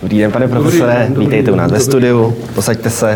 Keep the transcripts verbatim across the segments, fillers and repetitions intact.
Dobrý den, pane profesore, dobrý, vítejte dobrý, u nás dobrý. Ve studiu, posaďte se.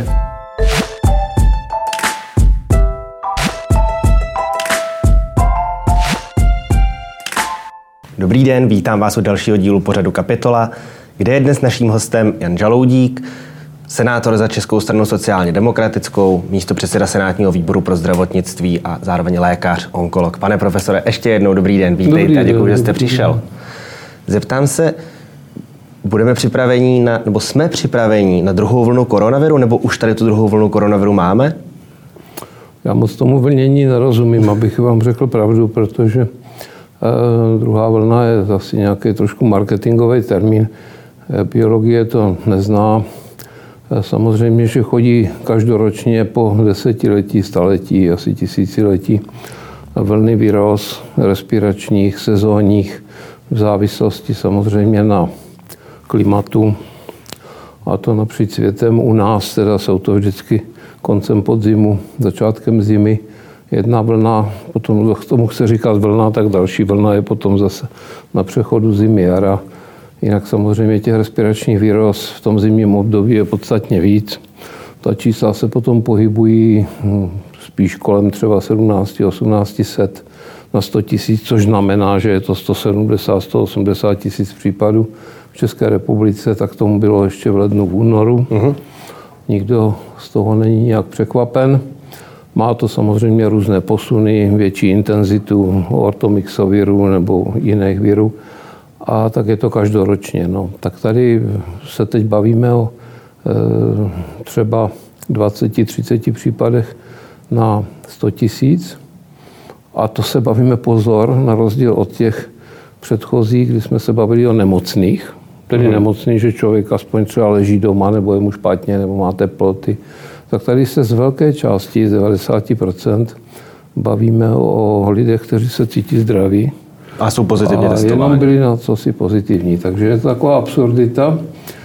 Dobrý den, vítám vás u dalšího dílu pořadu Kapitola, kde je dnes naším hostem Jan Žaloudík, senátor za Českou stranu sociálně demokratickou, místopředseda Senátního výboru pro zdravotnictví a zároveň lékař, onkolog. Pane profesore, ještě jednou dobrý den, vítejte a děkuji, že jste přišel. Zeptám se, budeme připraveni na, nebo jsme připraveni na druhou vlnu koronaviru, nebo už tady tu druhou vlnu koronaviru máme? Já moc tomu vlnění nerozumím, abych vám řekl pravdu, protože eh, druhá vlna je zase nějaký trošku marketingový termín. Eh, biologie to nezná. Eh, samozřejmě, že chodí každoročně po desetiletí, staletí, asi tisíciletí vlny viróz respiračních, sezónních, v závislosti samozřejmě na klimatu, a to napříč světem. U nás teda jsou to vždycky koncem podzimu, začátkem zimy jedna vlna, potom k tomu chce říkat vlna, tak další vlna je potom zase na přechodu zimy, jara. Jinak samozřejmě těch respiračních viróz v tom zimním období je podstatně víc. Ta čísla se potom pohybují spíš kolem třeba sedmnáct osmnáct set na sto tisíc, což znamená, že je to sto sedmdesát sto osmdesát tisíc případů v České republice, tak tomu bylo ještě v lednu, v únoru. Uh-huh. Nikdo z toho není nějak překvapen. Má to samozřejmě různé posuny, větší intenzitu ortomyxoviru nebo jiných virů. A tak je to každoročně. No. Tak tady se teď bavíme o e, třeba dvacet třicet případech na sto tisíc. A to se bavíme, pozor, na rozdíl od těch předchozích, kdy jsme se bavili o nemocných. Tedy hmm. nemocný, že člověk aspoň třeba leží doma, nebo je mu špatně, nebo má teploty. Tak tady se z velké části, z devadesát procent, bavíme o lidech, kteří se cítí zdraví. A jsou pozitivně testovaní. A jenom byli na cosi pozitivní. Takže je to taková absurdita,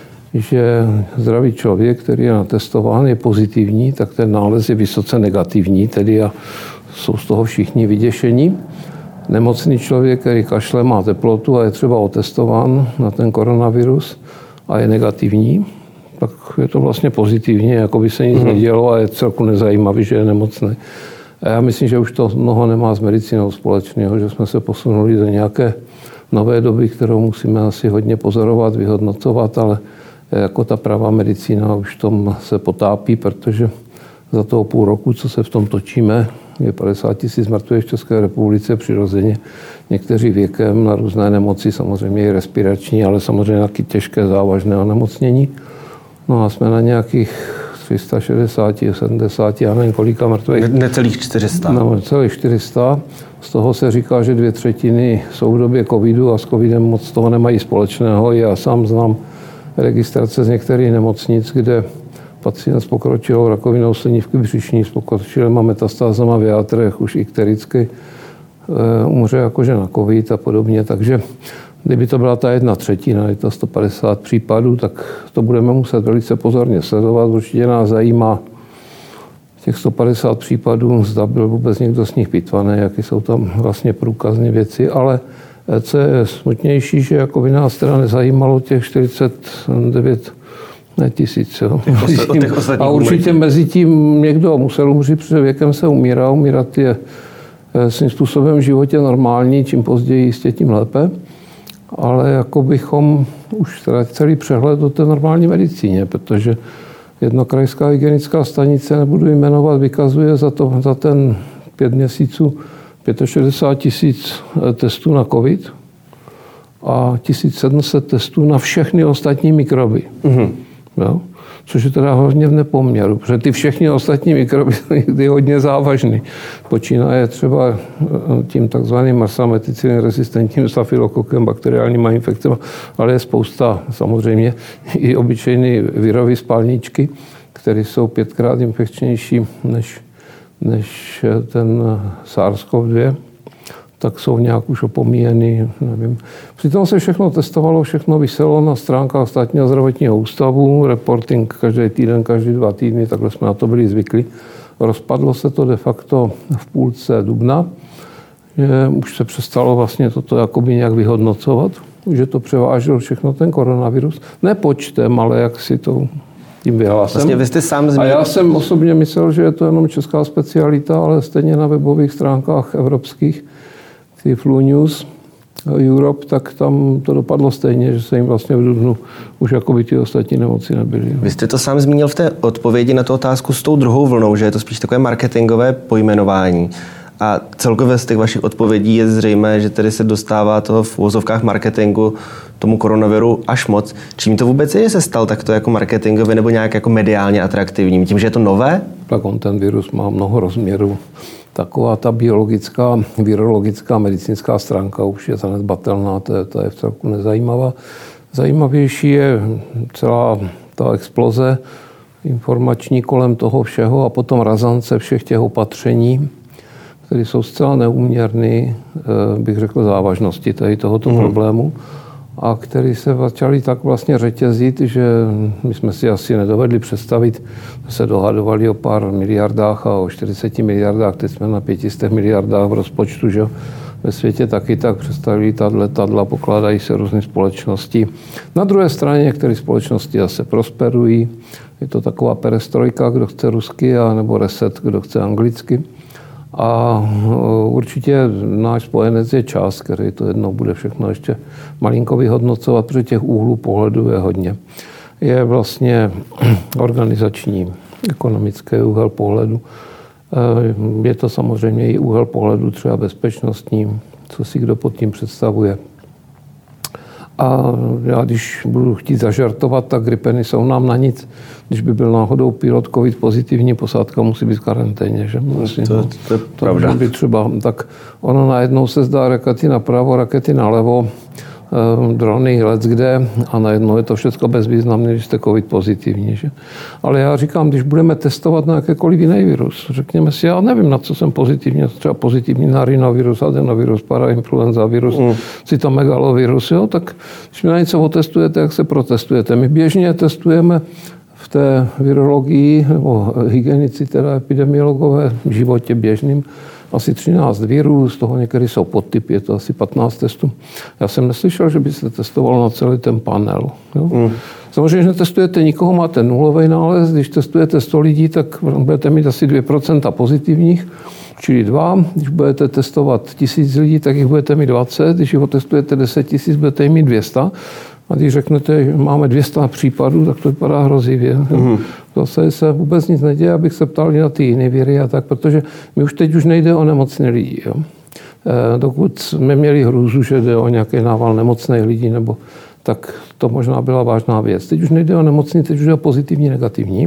že zdravý člověk, který je natestován, je pozitivní, tak ten nález je vysoce negativní, tedy a jsou z toho všichni vyděšení. Nemocný člověk, který kašle, má teplotu a je třeba otestován na ten koronavirus a je negativní, tak je to vlastně pozitivně, jako by se nic mm. nedělo a je celku nezajímavý, že je nemocný. A já myslím, že už to mnoho nemá s medicínou společného, že jsme se posunuli do nějaké nové doby, kterou musíme asi hodně pozorovat, vyhodnocovat, ale jako ta pravá medicína už v tom se potápí, protože za toho půl roku, co se v tom točíme, je padesát tisíc mrtvých v České republice přirozeně. Někteří věkem na různé nemoci, samozřejmě i respirační, ale samozřejmě taky těžké závažné onemocnění. No a jsme na nějakých tři sta šedesát, sedmdesát, já nevím kolika mrtvých. Ne, necelých čtyři sta. No, necelých čtyři sta. Z toho se říká, že dvě třetiny jsou v době covidu a s covidem moc toho nemají společného. Já sám znám registrace z některých nemocnic, kde pacient s pokročilou rakovinou slinivky břišní, s pokročilýma metastázama v játrech, už iktericky e, umře jakože na covid a podobně. Takže kdyby to byla ta jedna třetina, je to sto padesát případů, tak to budeme muset velice pozorně sledovat. Určitě nás zajímá těch sto padesát případů, zda byl vůbec někdo z nich pitvaný, jaké jsou tam vlastně průkazné věci, ale co je smutnější, že jako by nás teda nezajímalo těch čtyřicet devět tisíc. Jo. A určitě mezi tím někdo musel umřít, protože věkem se umírá. Umírat je svým způsobem v životě normální, čím později jistě, tím lépe. Ale jako bychom už celý přehled o té normální medicíně, protože jednokrajská hygienická stanice, nebudu jmenovat, vykazuje za, to, za ten pět měsíců šedesát pět tisíc testů na covid a tisíc sedm set testů na všechny ostatní mikroby. Mm-hmm. Jo? Což je teda hodně v nepoměru, protože ty všechny ostatní mikroby jsou někdy hodně závažný. Počínaje třeba tím takzvaným marsameticilin rezistentním stafylokokem, bakteriálníma infekcemi, ale je spousta samozřejmě i obyčejný virový spalničky, které jsou pětkrát infekčnější než, než ten SARS-CoV dva. Tak jsou nějak už opomíjeny, nevím. Přitom se všechno testovalo, všechno vyselo na stránkách Státního zdravotního ústavu, reporting každý týden, každý dva týdny, takhle jsme na to byli zvyklí. Rozpadlo se to de facto v půlce dubna, že už se přestalo vlastně toto jakoby nějak vyhodnocovat. že to převážil všechno ten koronavirus. Ne počtem, ale jak si to tím vyhlásem. Vlastně vy jste sám zmínil... A já jsem osobně myslel, že je to jenom česká specialita, ale stejně na webových stránkách evropských, ty Flu News Europe, tak tam to dopadlo stejně, že se jim vlastně v dubnu už jako by ty ostatní nemoci nebyly. Vy jste to sám zmínil v té odpovědi na tu otázku s tou druhou vlnou, že je to spíš takové marketingové pojmenování. A celkově z těch vašich odpovědí je zřejmé, že tedy se dostává toho v uvozovkách marketingu tomu koronaviru až moc. Čím to vůbec je, že se stal takto jako marketingově nebo nějak jako mediálně atraktivním? Tím, že je to nové? Tak on ten virus má mnoho rozměrů. Taková ta biologická, virologická, medicínská stránka už je zanedbatelná, to je, to je v celku nezajímavá. Zajímavější je celá ta exploze informační kolem toho všeho a potom razance všech těch opatření, které jsou zcela neúměrné, bych řekl, závažnosti tady tohoto mm. problému a které se začaly tak vlastně řetězit, že my jsme si asi nedovedli představit, se dohadovali o pár miliardách a o čtyřiceti miliardách, teď jsme na pětistech miliardách v rozpočtu, že ve světě taky tak představili tato letadla, pokládají se různé společnosti. Na druhé straně některé společnosti zase prosperují, je to taková perestrojka, kdo chce rusky, a nebo reset, kdo chce anglicky. A určitě náš spojenec je čas, který to jednou bude všechno ještě malinko vyhodnocovat, protože těch úhlů pohledu je hodně. Je vlastně organizační, ekonomický úhel pohledu. Je to samozřejmě i úhel pohledu třeba bezpečnostní, co si kdo pod tím představuje. A já, když budu chtít zažartovat, tak gripeny jsou nám na nic. Když by byl náhodou pilot covid pozitivní, posádka musí být v karanténě. Že? Asi, to, no, to je to pravda. By třeba, tak ono najednou se zdá rakety napravo, rakety nalevo, eh, drony leckde a najednou je to všechno bezvýznamné, když jste covid pozitivní. Že? Ale já říkám, když budeme testovat na jakékoliv jiný virus, řekněme si, já nevím, na co jsem pozitivní, třeba pozitivní na rinovirus, adenovirus, parainfluenza virus, mm. cytomegalovirus, jo, tak když mi na něco otestujete, jak se protestujete. My běžně testujeme v té virologii nebo hygienici, teda epidemiologové v životě běžným, asi třináct virů, z toho některé jsou podtypy, je to asi patnáct testů. Já jsem neslyšel, že by se testovalo na celý ten panel. Jo? Mm. Samozřejmě, že netestujete nikoho, máte nulový nález, když testujete sto lidí, tak budete mít asi dvě procenta pozitivních, čili dva. Když budete testovat tisíc lidí, tak jich budete mít dvacet, když jich testujete deset tisíc, budete mít dvě stě. A když řeknete, že máme dvě stě případů, tak to vypadá hrozivě. Mm. Zase se vůbec nic neděje, abych se ptal na ty jiné viry a tak, protože mi už teď už nejde o nemocné lidi. Jo. E, dokud jsme měli hrůzu, že jde o nějaký nával nemocných lidí, nebo tak to možná byla vážná věc. Teď už nejde o nemocný, teď už je o pozitivní, negativní.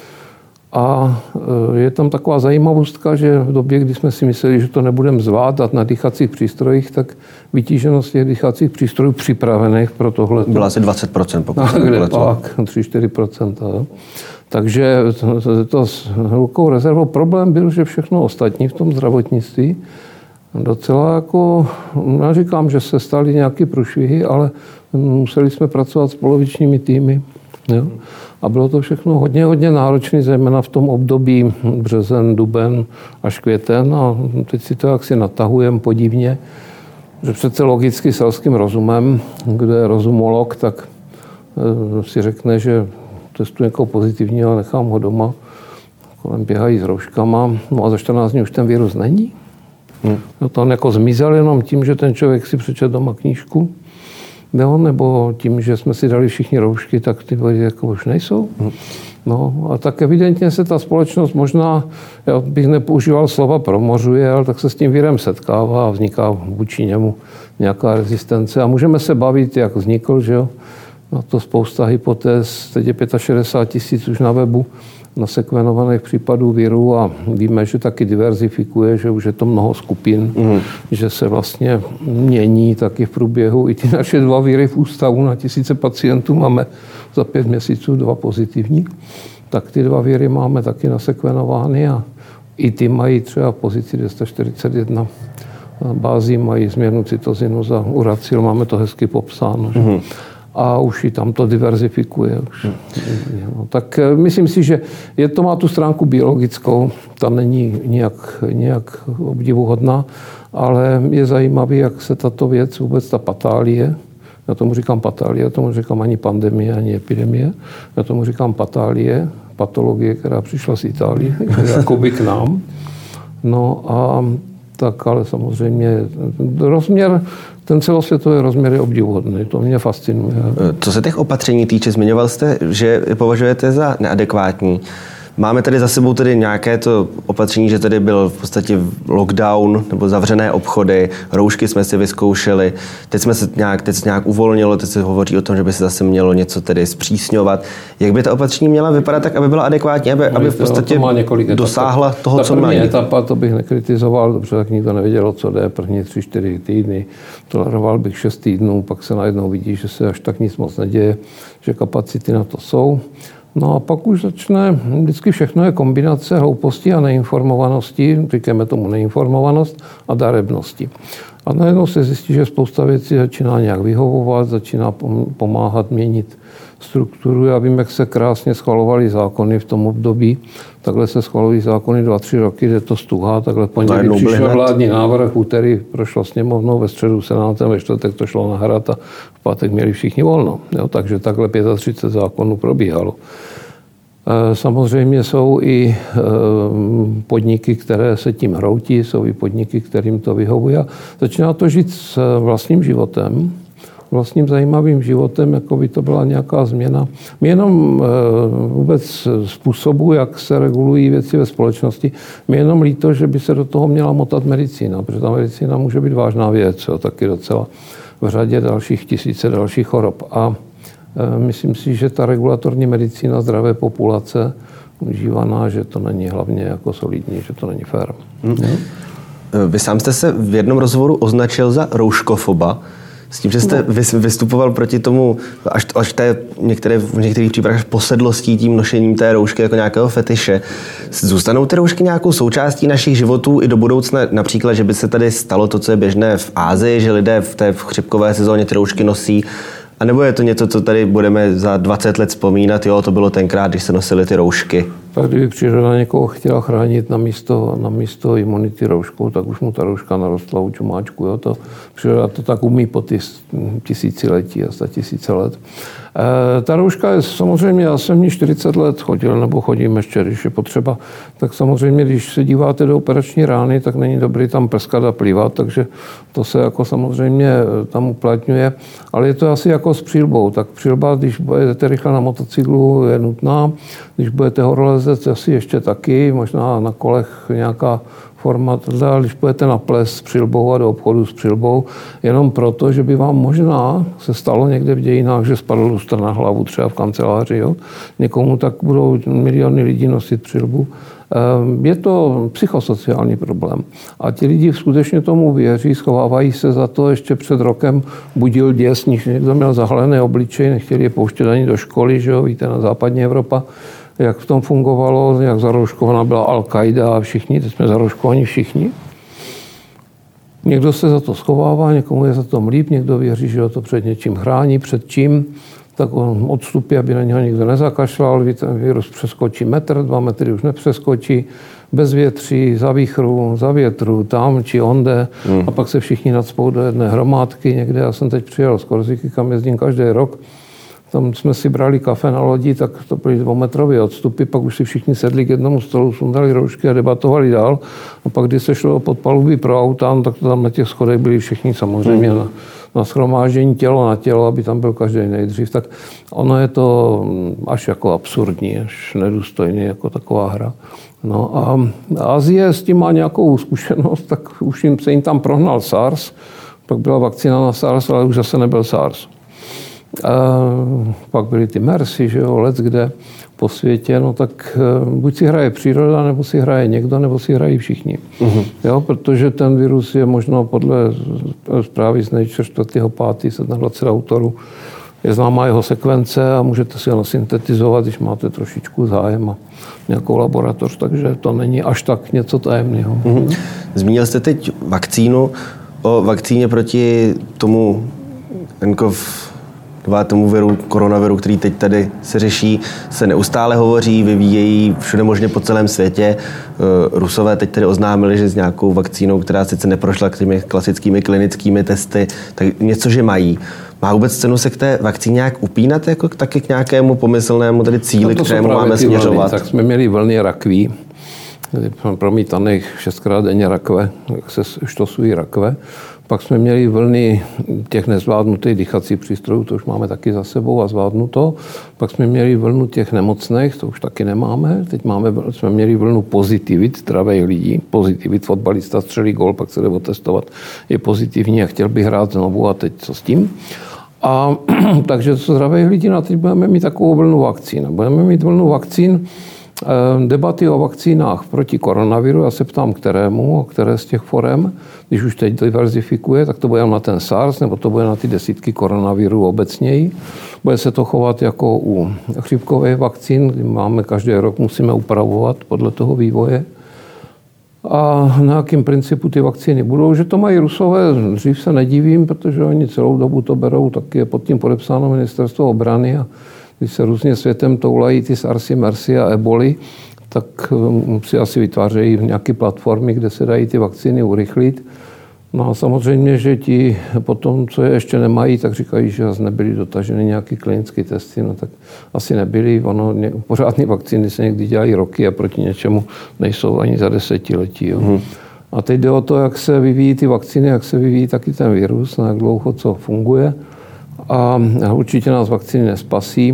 A je tam taková zajímavostka, že v době, kdy jsme si mysleli, že to nebudeme zvládat na dýchacích přístrojích, tak vytíženost těch dýchacích přístrojů připravených pro tohle byla asi dvacet procent, pokud se kde pak, tři až čtyři procenta. Takže to, to s hlukou rezervou problém byl, že všechno ostatní v tom zdravotnictví docela jako, já říkám, že se staly nějaké průšvihy, ale museli jsme pracovat s polovičními týmy. Jo? A bylo to všechno hodně, hodně náročné, zejména v tom období březen, duben až květen. A teď si to jaksi natahujeme podivně, že přece logicky selským rozumem, kdo je rozumolog, tak si řekne, že testuji někoho pozitivního a nechám ho doma. Kolem běhají s rouškama. No a za čtrnáct dní už ten virus není. Hmm. No to on jako zmizel jenom tím, že ten člověk si přečet doma knížku. No, nebo tím, že jsme si dali všichni roušky, tak ty viry jako už nejsou. Hmm. No a tak evidentně se ta společnost možná, já bych nepoužíval slova promořuje, ale tak se s tím virem setkává a vzniká vůči němu nějaká rezistence. A můžeme se bavit, jak vznikl, že jo. Na to spousta hypotéz, teď je šedesát pět tisíc už na webu nasekvenovaných případů viru a víme, že taky diverzifikuje, že už je to mnoho skupin, mm. že se vlastně mění taky v průběhu. I ty naše dva viry v ústavu na tisíce pacientů máme za pět měsíců dva pozitivní, tak ty dva viry máme taky nasekvenovány a i ty mají třeba v pozici dvě stě čtyřicet jedna bází, mají změnu cytozinu za uracil, máme to hezky popsáno. Mm. A už i tam to diverzifikuje. Už. Hmm. No, tak myslím si, že je to má tu stránku biologickou, ta není nějak, nějak obdivuhodná, ale je zajímavý, jak se tato věc, vůbec ta patálie, Já tomu říkám patálie, já tomu říkám ani pandemie, ani epidemie. Já tomu říkám patálie, patologie, která přišla z Itálie, jakoby k nám. No a tak, ale samozřejmě rozměr, ten celosvětový rozměr je obdivuhodný, to mě fascinuje. Co se těch opatření týče, zmiňoval jste, že je považujete za neadekvátní. Máme tady za sebou tedy nějaké to opatření, že tady byl v podstatě lockdown nebo zavřené obchody, roušky jsme si vyzkoušeli, teď jsme se nějak, teď se nějak uvolnilo, teď se hovoří o tom, že by se zase mělo něco tedy zpřísňovat. Jak by ta opatření měla vypadat tak, aby byla adekvátní, aby, aby v podstatě to dosáhla toho, ta co má. První etapa, to bych nekritizoval, dobře, tak nikdo nevědělo, co jde, první tři, čtyři týdny, toleroval bych šest týdnů, pak se najednou vidí, že se až tak nic moc neděje, že kapacity na to jsou. No a pak už začne, vždycky všechno je kombinace hlouposti a neinformovanosti, říkáme tomu neinformovanost a darebnosti. A najednou se zjistí, že spousta věcí začíná nějak vyhovovat, začíná pomáhat měnit strukturu. Já vím, jak se krásně schvalovaly zákony v tom období. Takhle se schvalují zákony dva, tři roky, kde to stuhá. Takhle pondělí přišel vládní návrh, v úterý prošlo sněmovnou, ve středu senátem, ve čtvrtek to šlo na hrad a v pátek měli všichni volno. Jo, takže takhle třicet pět zákonů probíhalo. Samozřejmě jsou i podniky, které se tím hroutí, jsou i podniky, kterým to vyhovuje. Začíná to žít s vlastním životem, vlastním zajímavým životem, jako by to byla nějaká změna. My jenom vůbec způsobu, jak se regulují věci ve společnosti, mi jenom líto, že by se do toho měla motat medicína, protože ta medicína může být vážná věc, jo, taky docela v řadě dalších tisíce dalších chorob. A myslím si, že ta regulatorní medicína zdravé populace užívaná, že to není hlavně jako solidní, že to není fér. Hmm. Vy sám jste se v jednom rozhovoru označil za rouškofoba, s tím, že jste no. vystupoval proti tomu, až, až té některé, v některých případech posedlostí tím nošením té roušky jako nějakého fetiše. Zůstanou ty roušky nějakou součástí našich životů i do budoucna? Například, že by se tady stalo to, co je běžné v Asii, že lidé v té chřipkové sezóně ty roušky nosí. A nebo je to něco, co tady budeme za dvacet let vzpomínat, jo, to bylo tenkrát, když se nosily ty roušky. Tak kdyby příroda někoho chtěla chránit na místo, na místo imunity rouškou, tak už mu ta rouška narostla u čumáčku. Jo. To, příroda to tak umí po ty tisíciletí a sta tisíce let. E, ta rouška je samozřejmě, já jsem v ní čtyřicet let chodil, nebo chodím ještě, když je potřeba. Tak samozřejmě, když se díváte do operační rány, tak není dobrý tam prskat a plivat, takže to se jako samozřejmě tam uplatňuje. Ale je to asi jako s přilbou. Tak přilba, když budete rychle na motocyklu, je nutná. Když budete horolezec, asi ještě taky, možná na kolech nějaká forma, ale když budete na ples s přilbou a do obchodu s přilbou, jenom proto, že by vám možná se stalo někde v dějinách, že spadl lustr na hlavu třeba v kanceláři. Jo? Někomu tak budou miliony lidí nosit přilbu. Je to psychosociální problém. A ti lidi skutečně tomu věří, schovávají se za to. Ještě před rokem budil děs, někdo měl zahalené obličej, nechtěli je pouštět ani do školy, že jo? Víte, na západní Evropa, jak v tom fungovalo, jak zarouškovaná byla Al-Qaida a všichni, teď jsme zarouškovaní všichni. Někdo se za to schovává, někomu je za to líp, někdo věří, že ho to před něčím chrání, před čím, tak on odstupí, aby na něho nikdo nezakašlal, virus přeskočí metr, dva metry už nepřeskočí, bez větří, za výchru, za větru, tam či onde, hmm. a pak se všichni nacpou do jedné hromádky někde. Já jsem teď přijel z Korziky, kam jezdím každý rok. Tam jsme si brali kafe na lodi, tak to byly dvoumetrové odstupy, pak už si všichni sedli k jednomu stolu, sundali roušky a debatovali dál. A pak, když se šlo pod palubí pro auta, tak to tam na těch schodech byli všichni samozřejmě mm. na, na shromáždění tělo na tělo, aby tam byl každý nejdřív. Tak ono je to až jako absurdní, až nedůstojný, jako taková hra. No a Asie s tím má nějakou zkušenost, tak už jim, se jim tam prohnal SARS, pak byla vakcína na SARS, ale už zase nebyl SARS. A pak byly ty MERSy, že jo, let kde po světě, no tak buď si hraje příroda, nebo si hraje někdo, nebo si hrají všichni. Uh-huh. Jo, protože ten virus je možno podle zprávy z Nature čtvrtého pátého sedmadvacet autorů, je známá jeho sekvence a můžete si ho nasyntetizovat, když máte trošičku zájem a nějakou laboratoř, takže to není až tak něco tajemného. Uh-huh. Zmínil jste teď vakcínu. O vakcíně proti tomu nCoV tomu viru, koronaviru, který teď tady se řeší, se neustále hovoří, vyvíjejí všude možně po celém světě. Rusové teď tedy oznámili, že s nějakou vakcínou, která sice neprošla k těmi klasickými klinickými testy, tak něco, že mají. Má vůbec cenu se k té vakcíně nějak upínat, jako taky k nějakému pomyslnému tedy cíli, no kterému máme směřovat? Vlny. Tak jsme měli vlny rakví, promítaných šestkrát denně rakve, jak se štosují rakve. Pak jsme měli vlny těch nezvládnutých dýchacích přístrojů, to už máme taky za sebou a zvládnuto. Pak jsme měli vlnu těch nemocných, to už taky nemáme. Teď máme, jsme měli vlnu pozitivit zdravých lidí. Pozitivit, fotbalista střelí gól, pak se jde otestovat, je pozitivní a chtěl by hrát znovu a teď co s tím. A takže to zdravých lidí, a teď budeme mít takovou vlnu vakcín. Budeme mít vlnu vakcín, debaty o vakcínách proti koronaviru, já se ptám kterému, které z těch forem, když už teď diverzifikuje, tak to bude na ten SARS, nebo to bude na ty desítky koronavirů obecněji. Bude se to chovat jako u chřipkových vakcín, kdy máme každý rok, musíme upravovat podle toho vývoje. A na jakým principu ty vakcíny budou, že to mají Rusové, dřív se nedivím, protože oni celou dobu to berou, taky je pod tím podepsáno ministerstvo obrany a když se různě světem toulají ty SARSy, MERSy a eboli, tak si asi vytvářejí nějaké platformy, kde se dají ty vakcíny urychlit. No a samozřejmě, že ti potom, co je ještě nemají, tak říkají, že nebyly dotaženy nějaké klinické testy, no tak asi nebyly. Ono, pořádné vakcíny se někdy dělají roky a proti něčemu nejsou ani za desetiletí. Jo. Hmm. A teď jde o to, jak se vyvíjí ty vakcíny, jak se vyvíjí taky ten virus, na jak dlouho co funguje. A určitě nás vakcíny nespasí.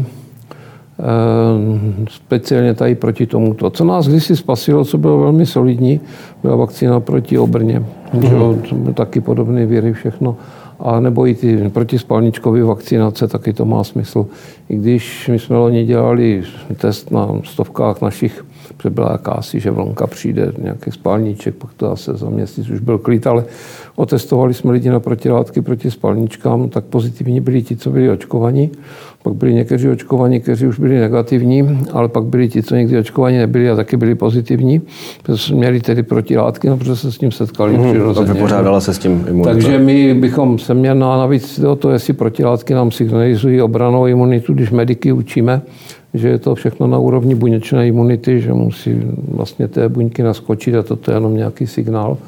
Speciálně tady proti tomuto. Co nás kdysi spasilo, co bylo velmi solidní, byla vakcína proti obrně. Mm-hmm. To byly taky podobné viry, všechno. A nebo i ty protispalničkové vakcinace, taky to má smysl. I když my jsme loni dělali test na stovkách našich, byla jakási, že vlnka přijde, nějaký spalníček, pak to zase za měsíc už byl klid, ale otestovali jsme lidi na protilátky proti spalničkám, tak pozitivní byli ti, co byli očkovaní. Pak byli někteří očkovaní, kteří už byli negativní, ale pak byli ti, co někdy očkovaní nebyli a taky byli pozitivní. Protože měli tedy protilátky, no, protože se s tím setkali mm, přirozeně. Vypořádala se s tím imunita. Takže my bychom se měli navíc o to, jestli protilátky nám signalizují obranou imunitu, když mediky učíme, že je to všechno na úrovni buněčné imunity, že musí vlastně té buňky naskočit a toto je jenom nějaký signál.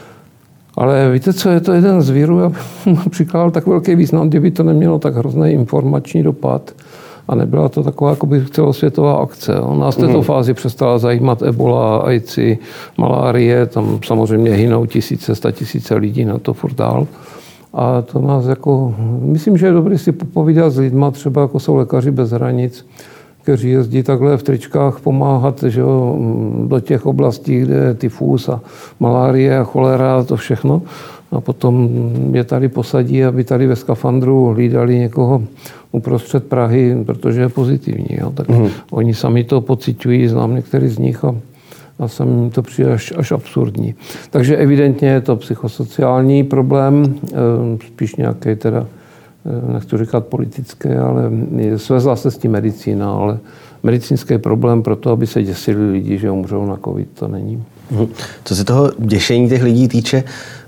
Ale víte co, je to jeden z virů, já bych přikládal tak velký význam, kdyby to nemělo tak hrozný informační dopad a nebyla to taková jakoby celosvětová akce. O nás v této mm. fázi přestala zajímat ebola, ajci, malárie, tam samozřejmě hynou tisíce, statisíce lidí na to furt dál. A to nás jako, myslím, že je dobré si popovídat s lidma, třeba jako jsou lékaři bez hranic, kteří jezdí takhle v tričkách pomáhat, že jo, do těch oblastí, kde je tyfus a malárie a cholera a to všechno. A potom je tady posadí, aby tady ve skafandru hlídali někoho uprostřed Prahy, protože je pozitivní. Jo. Tak mm. oni sami to pociťují, znám některý z nich a, a sami to přijde až, až absurdní. Takže evidentně je to psychosociální problém, spíš nějaký teda, nechci říkat politické, ale svezla se s tím medicína, ale medicínský problém pro to, aby se děsili lidi, že umřou na covid, to není. Co se toho děšení těch lidí týče,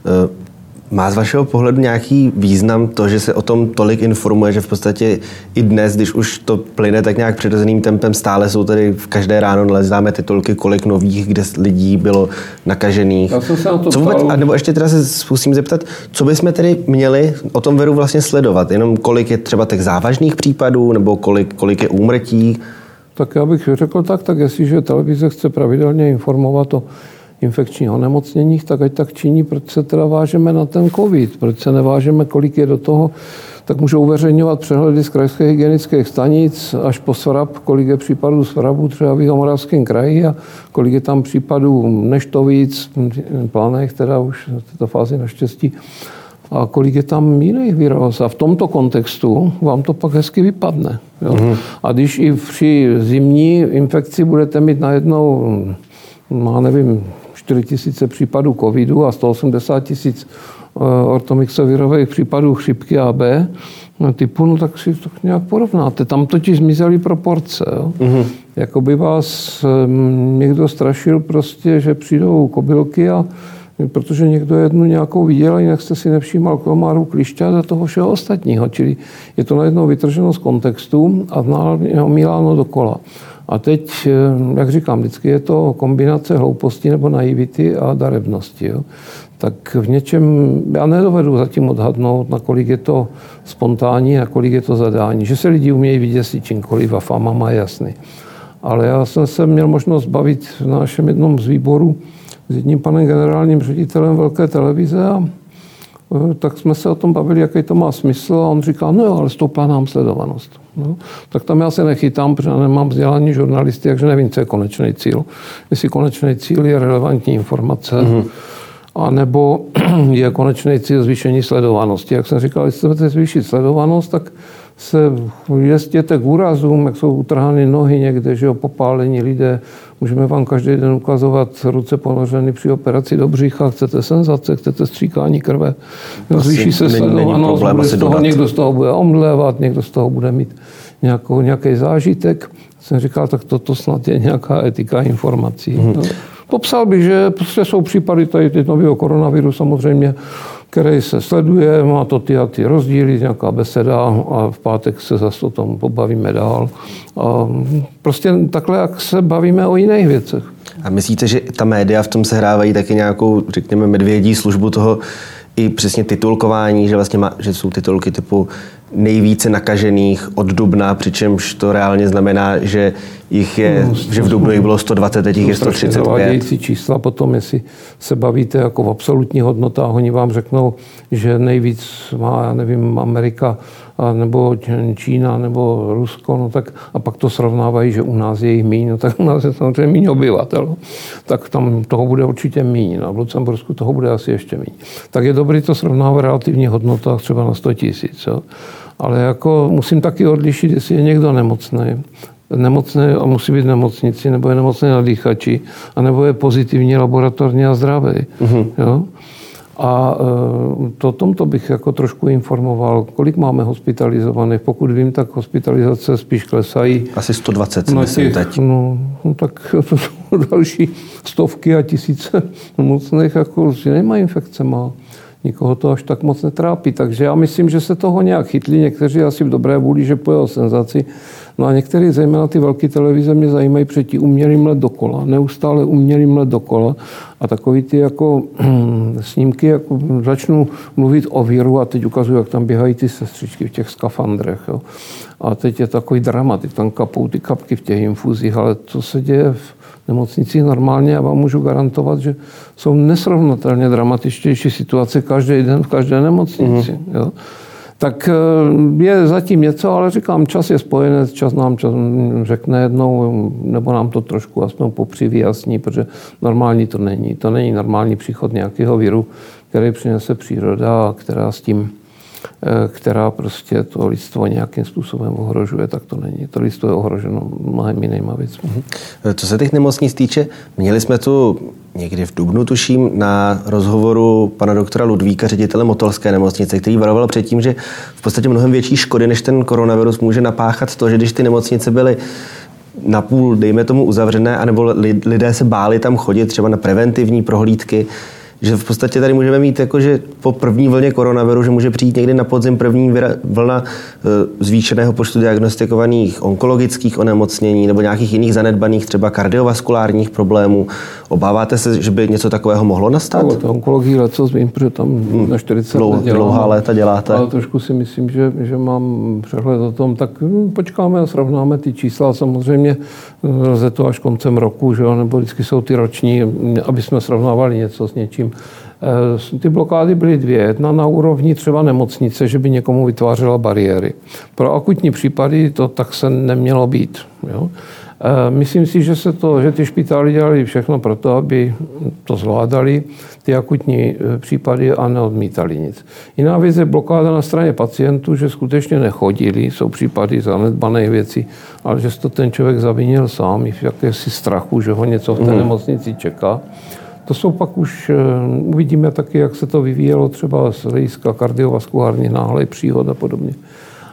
má z vašeho pohledu nějaký význam to, že se o tom tolik informuje, že v podstatě i dnes, když už to plyne tak nějak přirozeným tempem, stále jsou tady v každé ráno nalezáme titulky, kolik nových, kde lidí bylo nakažených. Já jsem se na to co vůbec, a nebo ještě teda se zkusím zeptat, co bychom tedy měli o tom viru vlastně sledovat? Jenom kolik je třeba těch závažných případů, nebo kolik, kolik je úmrtí? Tak já bych řekl tak, tak jestliže televize chce pravidelně informovat o infekčních onemocněních, tak ať tak činí, proč se teda vážeme na ten covid, proč se nevážeme, kolik je do toho, tak můžou uveřejňovat přehledy z krajských hygienických stanic až po SVRAB, kolik je případů SVRABu třeba v Jihomoravském kraji a kolik je tam případů Neštovic, Planech, teda už v této fázi naštěstí, a kolik je tam jiných viróz. A v tomto kontextu vám to pak hezky vypadne. Jo? Mm. A když i při zimní infekci budete mít najednou, no nevím, čtyři tisíce případů covidu a sto osmdesát tisíc ortomyxovirových případů chřipky A B typu, no tak si to nějak porovnáte. Tam totiž zmizely proporce. Jo? Mm-hmm. Jakoby vás někdo strašil prostě, že přijdou kobylky a protože někdo jednu nějakou viděl a jinak jste si nevšímal komáru, klišťat a toho všeho ostatního. Čili je to najednou vytrženo z kontextu a omíláno dokola. A teď, jak říkám, vždycky je to kombinace hlouposti nebo naivity a darebnosti. Jo. Tak v něčem, já nedovedu zatím odhadnout, nakolik je to spontánní, nakolik je to zadání. Že se lidi umějí vyděsit čímkoliv a fama má jasný. Ale já jsem se měl možnost bavit v našem jednom z výboru s jedním panem generálním ředitelem velké televize a tak jsme se o tom bavili, jaký to má smysl a on říká, no jo, ale stoupá nám sledovanost. No, tak tam já se nechytám, protože nemám vzdělání žurnalisty, takže nevím, co je konečný cíl. Jestli konečný cíl je relevantní informace, mm-hmm. a nebo je konečný cíl zvýšení sledovanosti. Jak jsem říkal, jestli chcete zvýšit sledovanost, tak se jezděte k úrazům, jak jsou utrhány nohy někde, že jo, popálení lidé. Můžeme vám každý den ukazovat ruce ponořeny při operaci do břicha, chcete senzace, chcete stříkání krve. Zvýší se sledovanost, z toho, někdo z toho bude omdlévat, někdo z toho bude mít nějakou, nějaký zážitek. Jsem říkal, tak toto snad je nějaká etika informací. Hmm. No. Popsal bych, že prostě jsou případy tady nového koronaviru samozřejmě, který se sleduje, má to ty a ty rozdíly, nějaká beseda a v pátek se zase o tom pobavíme dál. A prostě takhle, jak se bavíme o jiných věcech. A myslíte, že ta média v tom sehrávají taky nějakou, řekněme, medvědí službu toho i přesně titulkování, že vlastně má, že jsou titulky typu nejvíce nakažených od dubna, přičemž to reálně znamená, že jich je, no, že v dubnu jich bylo sto dvacet, teď jich je sto třicet pět. Zavádějící čísla potom, jestli se bavíte jako v absolutních hodnotách, oni vám řeknou, že nejvíc má, já nevím, Amerika, nebo Čína, nebo Rusko, no tak a pak to srovnávají, že u nás je jich míň, no tak u nás je samozřejmě míň obyvatel, tak tam toho bude určitě míň, a v Lucembursku toho bude asi ještě míň. Tak je dobré to srovnávat v relativních hodnotách třeba na sto tisíc, jo. Ale jako musím taky odlišit, jestli je někdo nemocný, nemocný a musí být v nemocnici, nebo je nemocný na dýchači, anebo je pozitivní laboratorně a zdravý. Mm-hmm. Jo? A to tomto bych jako trošku informoval, kolik máme hospitalizovaných. Pokud vím, tak hospitalizace spíš klesají. Asi sto dvacet, si myslím teď. No, no tak to jsou další stovky a tisíce nemocných, jako s jinýma infekcema. Nikoho to až tak moc netrápí. Takže já myslím, že se toho nějak chytli. Někteří asi v dobré vůli, že pojel senzaci. No a některý, zejména ty velké televize, mě zajímají před tím umělým let dokola. Neustále umělým let dokola. A takový ty jako snímky, jako začnu mluvit o viru a teď ukazuju, jak tam běhají ty sestřičky v těch skafandrech. Jo. A teď je takový dramatik. Tam kapou ty kapky v těch infuzích, ale co se děje v nemocnicích normálně, já vám můžu garantovat, že jsou nesrovnatelně dramatičtější situace každý den v každé nemocnici. Mm-hmm. Jo. Tak je zatím něco, ale říkám, čas je spojenec, čas nám čas řekne jednou, nebo nám to trošku aspoň popři vyjasní, protože normální to není. To není normální příchod nějakého viru, který přinese příroda, která s tím která prostě to lidstvo nějakým způsobem ohrožuje, tak to není. To lidstvo je ohroženo mnohem jinýma věcmi. Co se těch nemocnic týče, měli jsme tu někdy v dubnu, tuším, na rozhovoru pana doktora Ludvíka, ředitele Motolské nemocnice, který varoval před tím, že v podstatě mnohem větší škody, než ten koronavirus může napáchat to, že když ty nemocnice byly napůl, dejme tomu, uzavřené, anebo lidé se báli tam chodit třeba na preventivní prohlídky, že v podstatě tady můžeme mít jako, že po první vlně koronaviru, že může přijít někdy na podzim první vlna zvýšeného počtu diagnostikovaných onkologických onemocnění nebo nějakých jiných zanedbaných třeba kardiovaskulárních problémů. Obáváte se, že by něco takového mohlo nastat? No, to onkologii leco zvím, protože tam hmm. na čtyřicet Dlou, let dělám. Dlouhá léta děláte. Ale trošku si myslím, že, že mám přehled o tom, tak počkáme a srovnáme ty čísla. Samozřejmě lze to až koncem roku, že jo? Nebo vždycky jsou ty roční, aby jsme srovnávali něco s něčím. Ty blokády byly dvě. Jedna na úrovni třeba nemocnice, že by někomu vytvářela bariéry. Pro akutní případy to tak se nemělo být. Jo? Myslím si, že se to, že ty špitály dělali všechno pro to, aby to zvládali, ty akutní případy a neodmítali nic. Jiná věc je blokáda na straně pacientů, že skutečně nechodili, jsou případy zanedbané věci, ale že to ten člověk zavinil sám i v jakési strachu, že ho něco v té nemocnici čeká. To jsou pak už, uvidíme taky, jak se to vyvíjelo třeba z hlediska kardiovaskulárních náhlej příhod a podobně.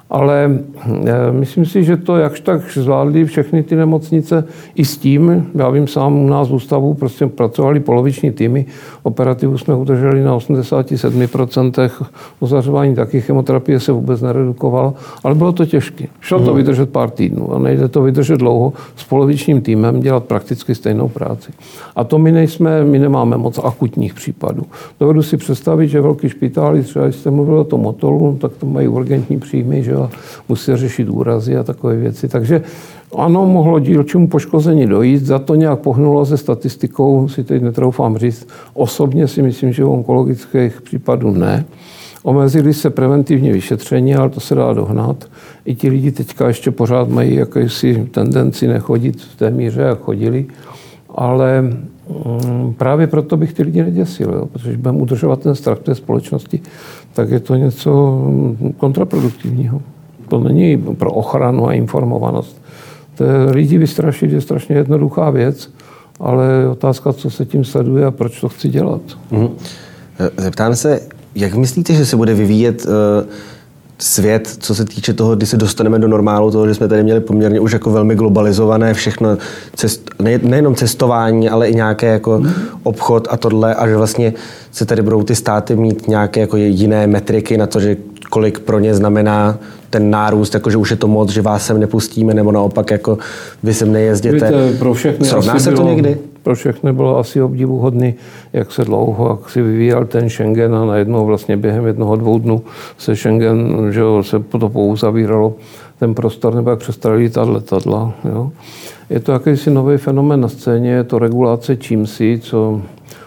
Ale myslím si, že to jakž tak zvládli všechny ty nemocnice i s tím, já vím sám u nás v ústavu, prostě pracovali poloviční týmy, operativu jsme udrželi na osmdesát sedm procent, ozařování taky, chemoterapie se vůbec neredukovala, ale bylo to těžké. Šlo to vydržet pár týdnů a nejde to vydržet dlouho s polovičním týmem dělat prakticky stejnou práci. A to my nejsme, my nemáme moc akutních případů. Dovedu si představit, že velký špitály, třeba když jste mluvil o tom Motolu, tak to mají urgentní příjmy, že a musí řešit úrazy a takové věci. Takže ano, mohlo dílčímu poškození dojít, za to nějak pohnulo se statistikou, si teď netroufám říct. Osobně si myslím, že u onkologických případů ne. Omezili se preventivně vyšetření, ale to se dá dohnat. I ti lidi teďka ještě pořád mají jakýsi tendenci nechodit v té míře, jak chodili. Ale právě proto bych ty lidi neděsil, jo? Protože když budeme udržovat ten strach v té společnosti, tak je to něco kontraproduktivního. To není pro ochranu a informovanost. To lidi vystrašit je strašně jednoduchá věc, ale je otázka, co se tím sleduje a proč to chci dělat. Mm. Zeptám se, jak myslíte, že se bude vyvíjet uh, svět, co se týče toho, kdy se dostaneme do normálu, toho, že jsme tady měli poměrně už jako velmi globalizované všechno, cest, ne, nejenom cestování, ale i nějaké jako mm. obchod a tohle, a že vlastně se tady budou ty státy mít nějaké jako jiné metriky na to, že kolik pro ně znamená ten nárůst, jako že už je to moc, že vás sem nepustíme, nebo naopak jako vy sem nejezděte. Víte, pro všechny Srovná se to bylo, někdy? Pro všechny bylo asi obdivuhodný, jak se dlouho, jak si vyvíjel ten Schengen a najednou vlastně během jednoho, dvou dnů se Schengen, že jo, se to pouzavíralo ten prostor, nebo jak přestali lítat letadla. Jo. Je to jakýsi nový fenomén na scéně, je to regulace čímsi, co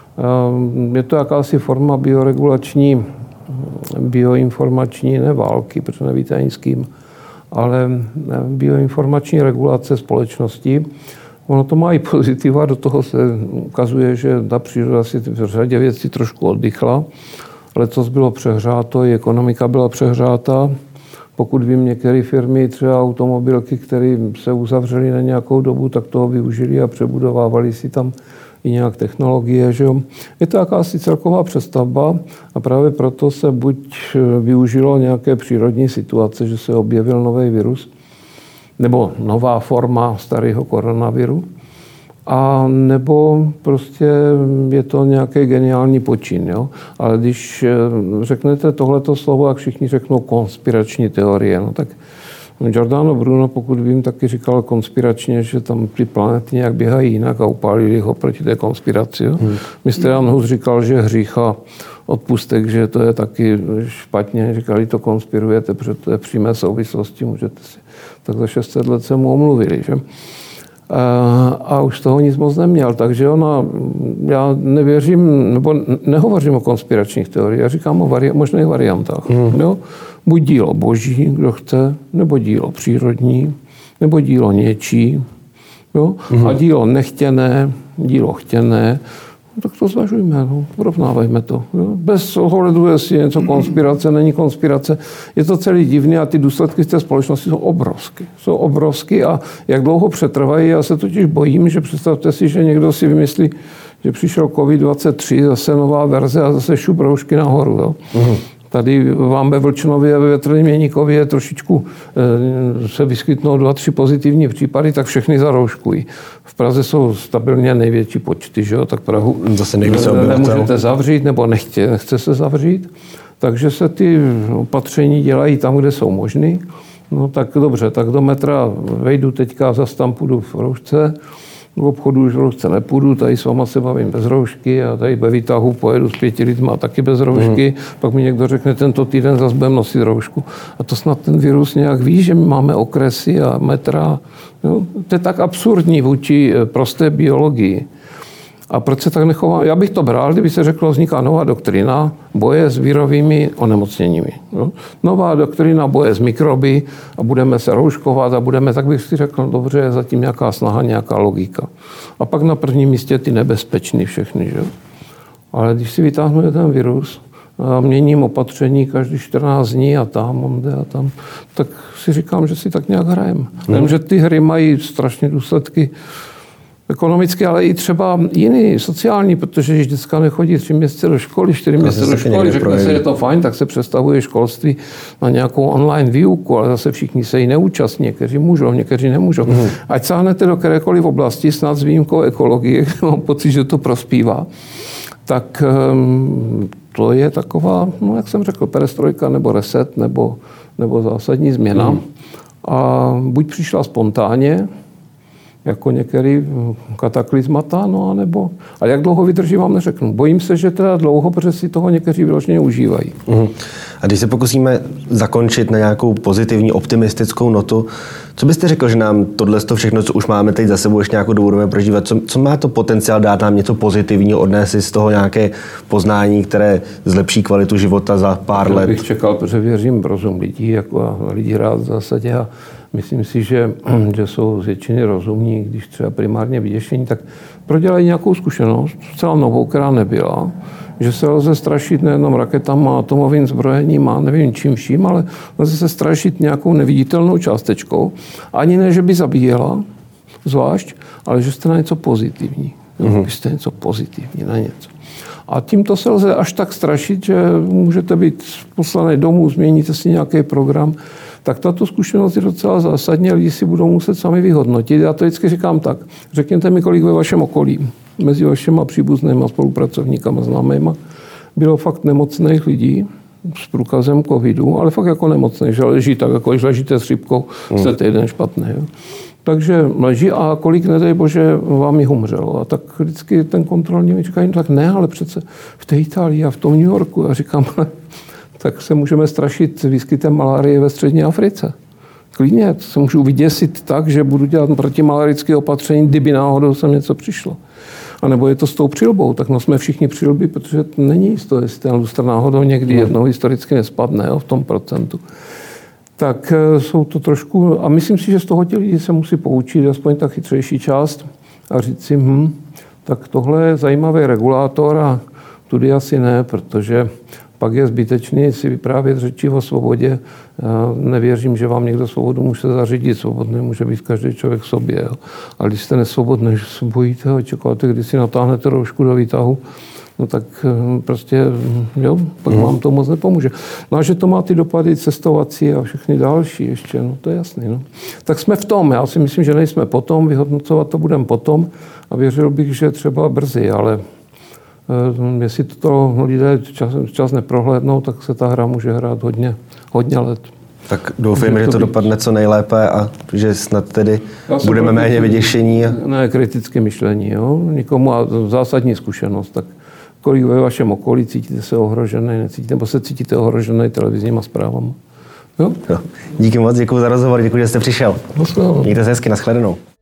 je to jakási forma bioregulační, bioinformační, ne války, protože nevíte ani s kým, ale bioinformační regulace společnosti. Ono to má i pozitiva, do toho se ukazuje, že ta příroda si v řadě věcí trošku oddychla. Letos bylo přehřáto, i ekonomika byla přehřátá. Pokud vím, některé firmy, třeba automobilky, které se uzavřely na nějakou dobu, tak toho využili a přebudovávali si tam i nějak technologie. Že jo? Je to jakási celková přestavba a právě proto se buď využilo nějaké přírodní situace, že se objevil nový virus, nebo nová forma starého koronaviru, a nebo prostě je to nějaký geniální počin. Jo? Ale když řeknete tohleto slovo, jak všichni řeknou konspirační teorie, no tak Giordano Bruno, pokud vím, taky říkal konspiračně, že tam ty planety nějak běhají jinak a upálili ho proti té konspiraci. Hmm. mister Jan Hus říkal, že hřích a odpustek, že to je taky špatně. Říkali, to konspirujete, protože to je přímé souvislosti, můžete si. Tak za šest set let se mu omluvili. Že? A, a už toho nic moc neměl. Takže ona, já nevěřím, nebo nehovořím o konspiračních teoriích, já říkám o vari, možných variantách. Hmm. Jo? Buď dílo boží, kdo chce, nebo dílo přírodní, nebo dílo něčí. Jo? Hmm. A dílo nechtěné, dílo chtěné, tak to zvažujme, no, porovnávejme to. Jo? Bez ohledu, jestli je něco konspirace, není konspirace. Je to celý divný a ty důsledky z té společnosti jsou obrovské. Jsou obrovské a jak dlouho přetrvají, já se totiž bojím, že představte si, že někdo si vymyslí, že přišel covid dvacet tři, zase nová verze a zase šup roušky nahoru. Jo? Mm. Tady vám ve Vlčnově a ve Větrném Měníkově trošičku e, se vyskytnou dva, tři pozitivní případy, tak všechny zarouškují. V Praze jsou stabilně největší počty, že jo? Tak Prahu zase nemůžete zavřít, nebo nechtě, nechce se zavřít. Takže se ty opatření dělají tam, kde jsou možný. No tak dobře, tak do metra vejdu teďka, zas tam půjdu v roušce. V obchodu už v roušce nepůjdu, tady s váma se bavím bez roušky a tady ve výtahu pojedu s pěti lidma taky bez roušky. Mm. Pak mi někdo řekne, tento týden zase budeme nosit roušku. A to snad ten virus nějak ví, že my máme okresy a metra. Jo? To je tak absurdní vůči prosté biologii. A proč se tak nechová? Já bych to bral, kdyby se řeklo, vzniká nová doktrina boje s virovými onemocněními. Jo? Nová doktrina boje s mikroby a budeme se rouškovat a budeme, tak bych si řekl, dobře, je zatím nějaká snaha, nějaká logika. A pak na prvním místě ty nebezpečný všechny. Že? Ale když si vytáhnu ten virus a měním opatření každý čtrnáct dní a tam, onde a tam, tak si říkám, že si tak nějak hrajem. Hmm. Vím, že ty hry mají strašně důsledky Ekonomicky, ale i třeba jiný, sociální, protože když dneska nechodí tři měsíce do školy, čtyři měsíce do školy, řekne se, je to fajn, tak se přestavuje školství na nějakou online výuku, ale zase všichni se jí neúčastní, někteří můžou, někteří nemůžou. Mm. Ať sáhnete do kterékoliv oblasti, snad s výjimkou ekologie, mám pocit, že to prospívá, tak um, to je taková, no jak jsem řekl, perestrojka nebo reset, nebo, nebo zásadní změna. Mm. A buď přišla spontánně, jako některý kataklizmata, no a nebo... A jak dlouho vydrží, vám neřeknu. Bojím se, že teda dlouho, protože si toho někteří vyloženě užívají. Uhum. A když se pokusíme zakončit na nějakou pozitivní, optimistickou notu, co byste řekl, že nám tohle všechno, co už máme teď za sebou, ještě nějakou dobu budeme prožívat, co, co má to potenciál dát nám něco pozitivního, odnést si z toho nějaké poznání, které zlepší kvalitu života za pár Já let? bych čekal, protože věřím v rozum lidí, jako a lidi rád v zásadě a myslím si, že, že jsou z většiny rozumní, když třeba primárně vyděšení, tak prodělají nějakou zkušenost, celá novou, která nebyla, že se lze strašit nejenom raketama, atomovým zbrojením a nevím čím vším, ale lze se strašit nějakou neviditelnou částečkou. Ani ne, že by zabíjela, zvlášť, ale že jste na něco pozitivní. Mm-hmm. Jste něco pozitivní na něco. A tímto se lze až tak strašit, že můžete být poslaný domů, změníte si nějaký program, tak tato zkušenost je docela zásadní a lidi si budou muset sami vyhodnotit. Já to vždycky říkám tak, řekněte mi, kolik ve vašem okolí, mezi vašima příbuznými spolupracovníkama, známejma, bylo fakt nemocných lidí s průkazem covidu, ale fakt jako nemocných, že leží tak, jako když ležíte s chřipkou, jste týden špatný. Jo? Takže leží a kolik, nedej bože, vám jich umřelo. A tak vždycky ten kontrolní mi říká, no tak ne, ale přece v té Itálii a v tom New Yorku. A říkám, tak se můžeme strašit výskytem malárie ve střední Africe. Klidně, to se můžu vyděsit tak, že budu dělat protimalarické opatření, kdyby náhodou sem něco přišlo. A nebo je to s tou přilbou, tak no jsme všichni přilby, protože to není jisto, jestli ten lustr náhodou někdy jednou historicky nespadne, jo, v tom procentu. Tak jsou to trošku, a myslím si, že z toho ti lidi se musí poučit, aspoň ta chytřejší část, a říct si, hm, tak tohle je zajímavý regulátor a tudy asi ne, protože pak je zbytečný si vyprávět řeči o svobodě. Já nevěřím, že vám někdo svobodu může zařídit. Svobodný může být každý člověk v sobě. Jo. A když jste nesvobodný, že se bojíte a čekáte, když si natáhnete roušku do výtahu, no tak prostě, jo, pak vám to moc nepomůže. No a že to má ty dopady cestovací a všechny další ještě, no to je jasný. No. Tak jsme v tom. Já si myslím, že nejsme potom, vyhodnocovat to budeme potom a věřil bych, že třeba brzy, ale jestli to lidé čas, čas neprohlédnou, tak se ta hra může hrát hodně, hodně let. Tak doufejme, že to být. dopadne co nejlépe a že snad tedy budeme méně vyděšení. A... Ne, kritické myšlení, jo. Nikomu a zásadní zkušenost. Tak kolik ve vašem okolí cítíte se ohrožený, necítíte, nebo se cítíte ohrožený televizníma zprávama. Jo? Jo. Díky moc, děkuji za rozhovor, děkuji, že jste přišel. No, Mějte se hezky, nashledanou.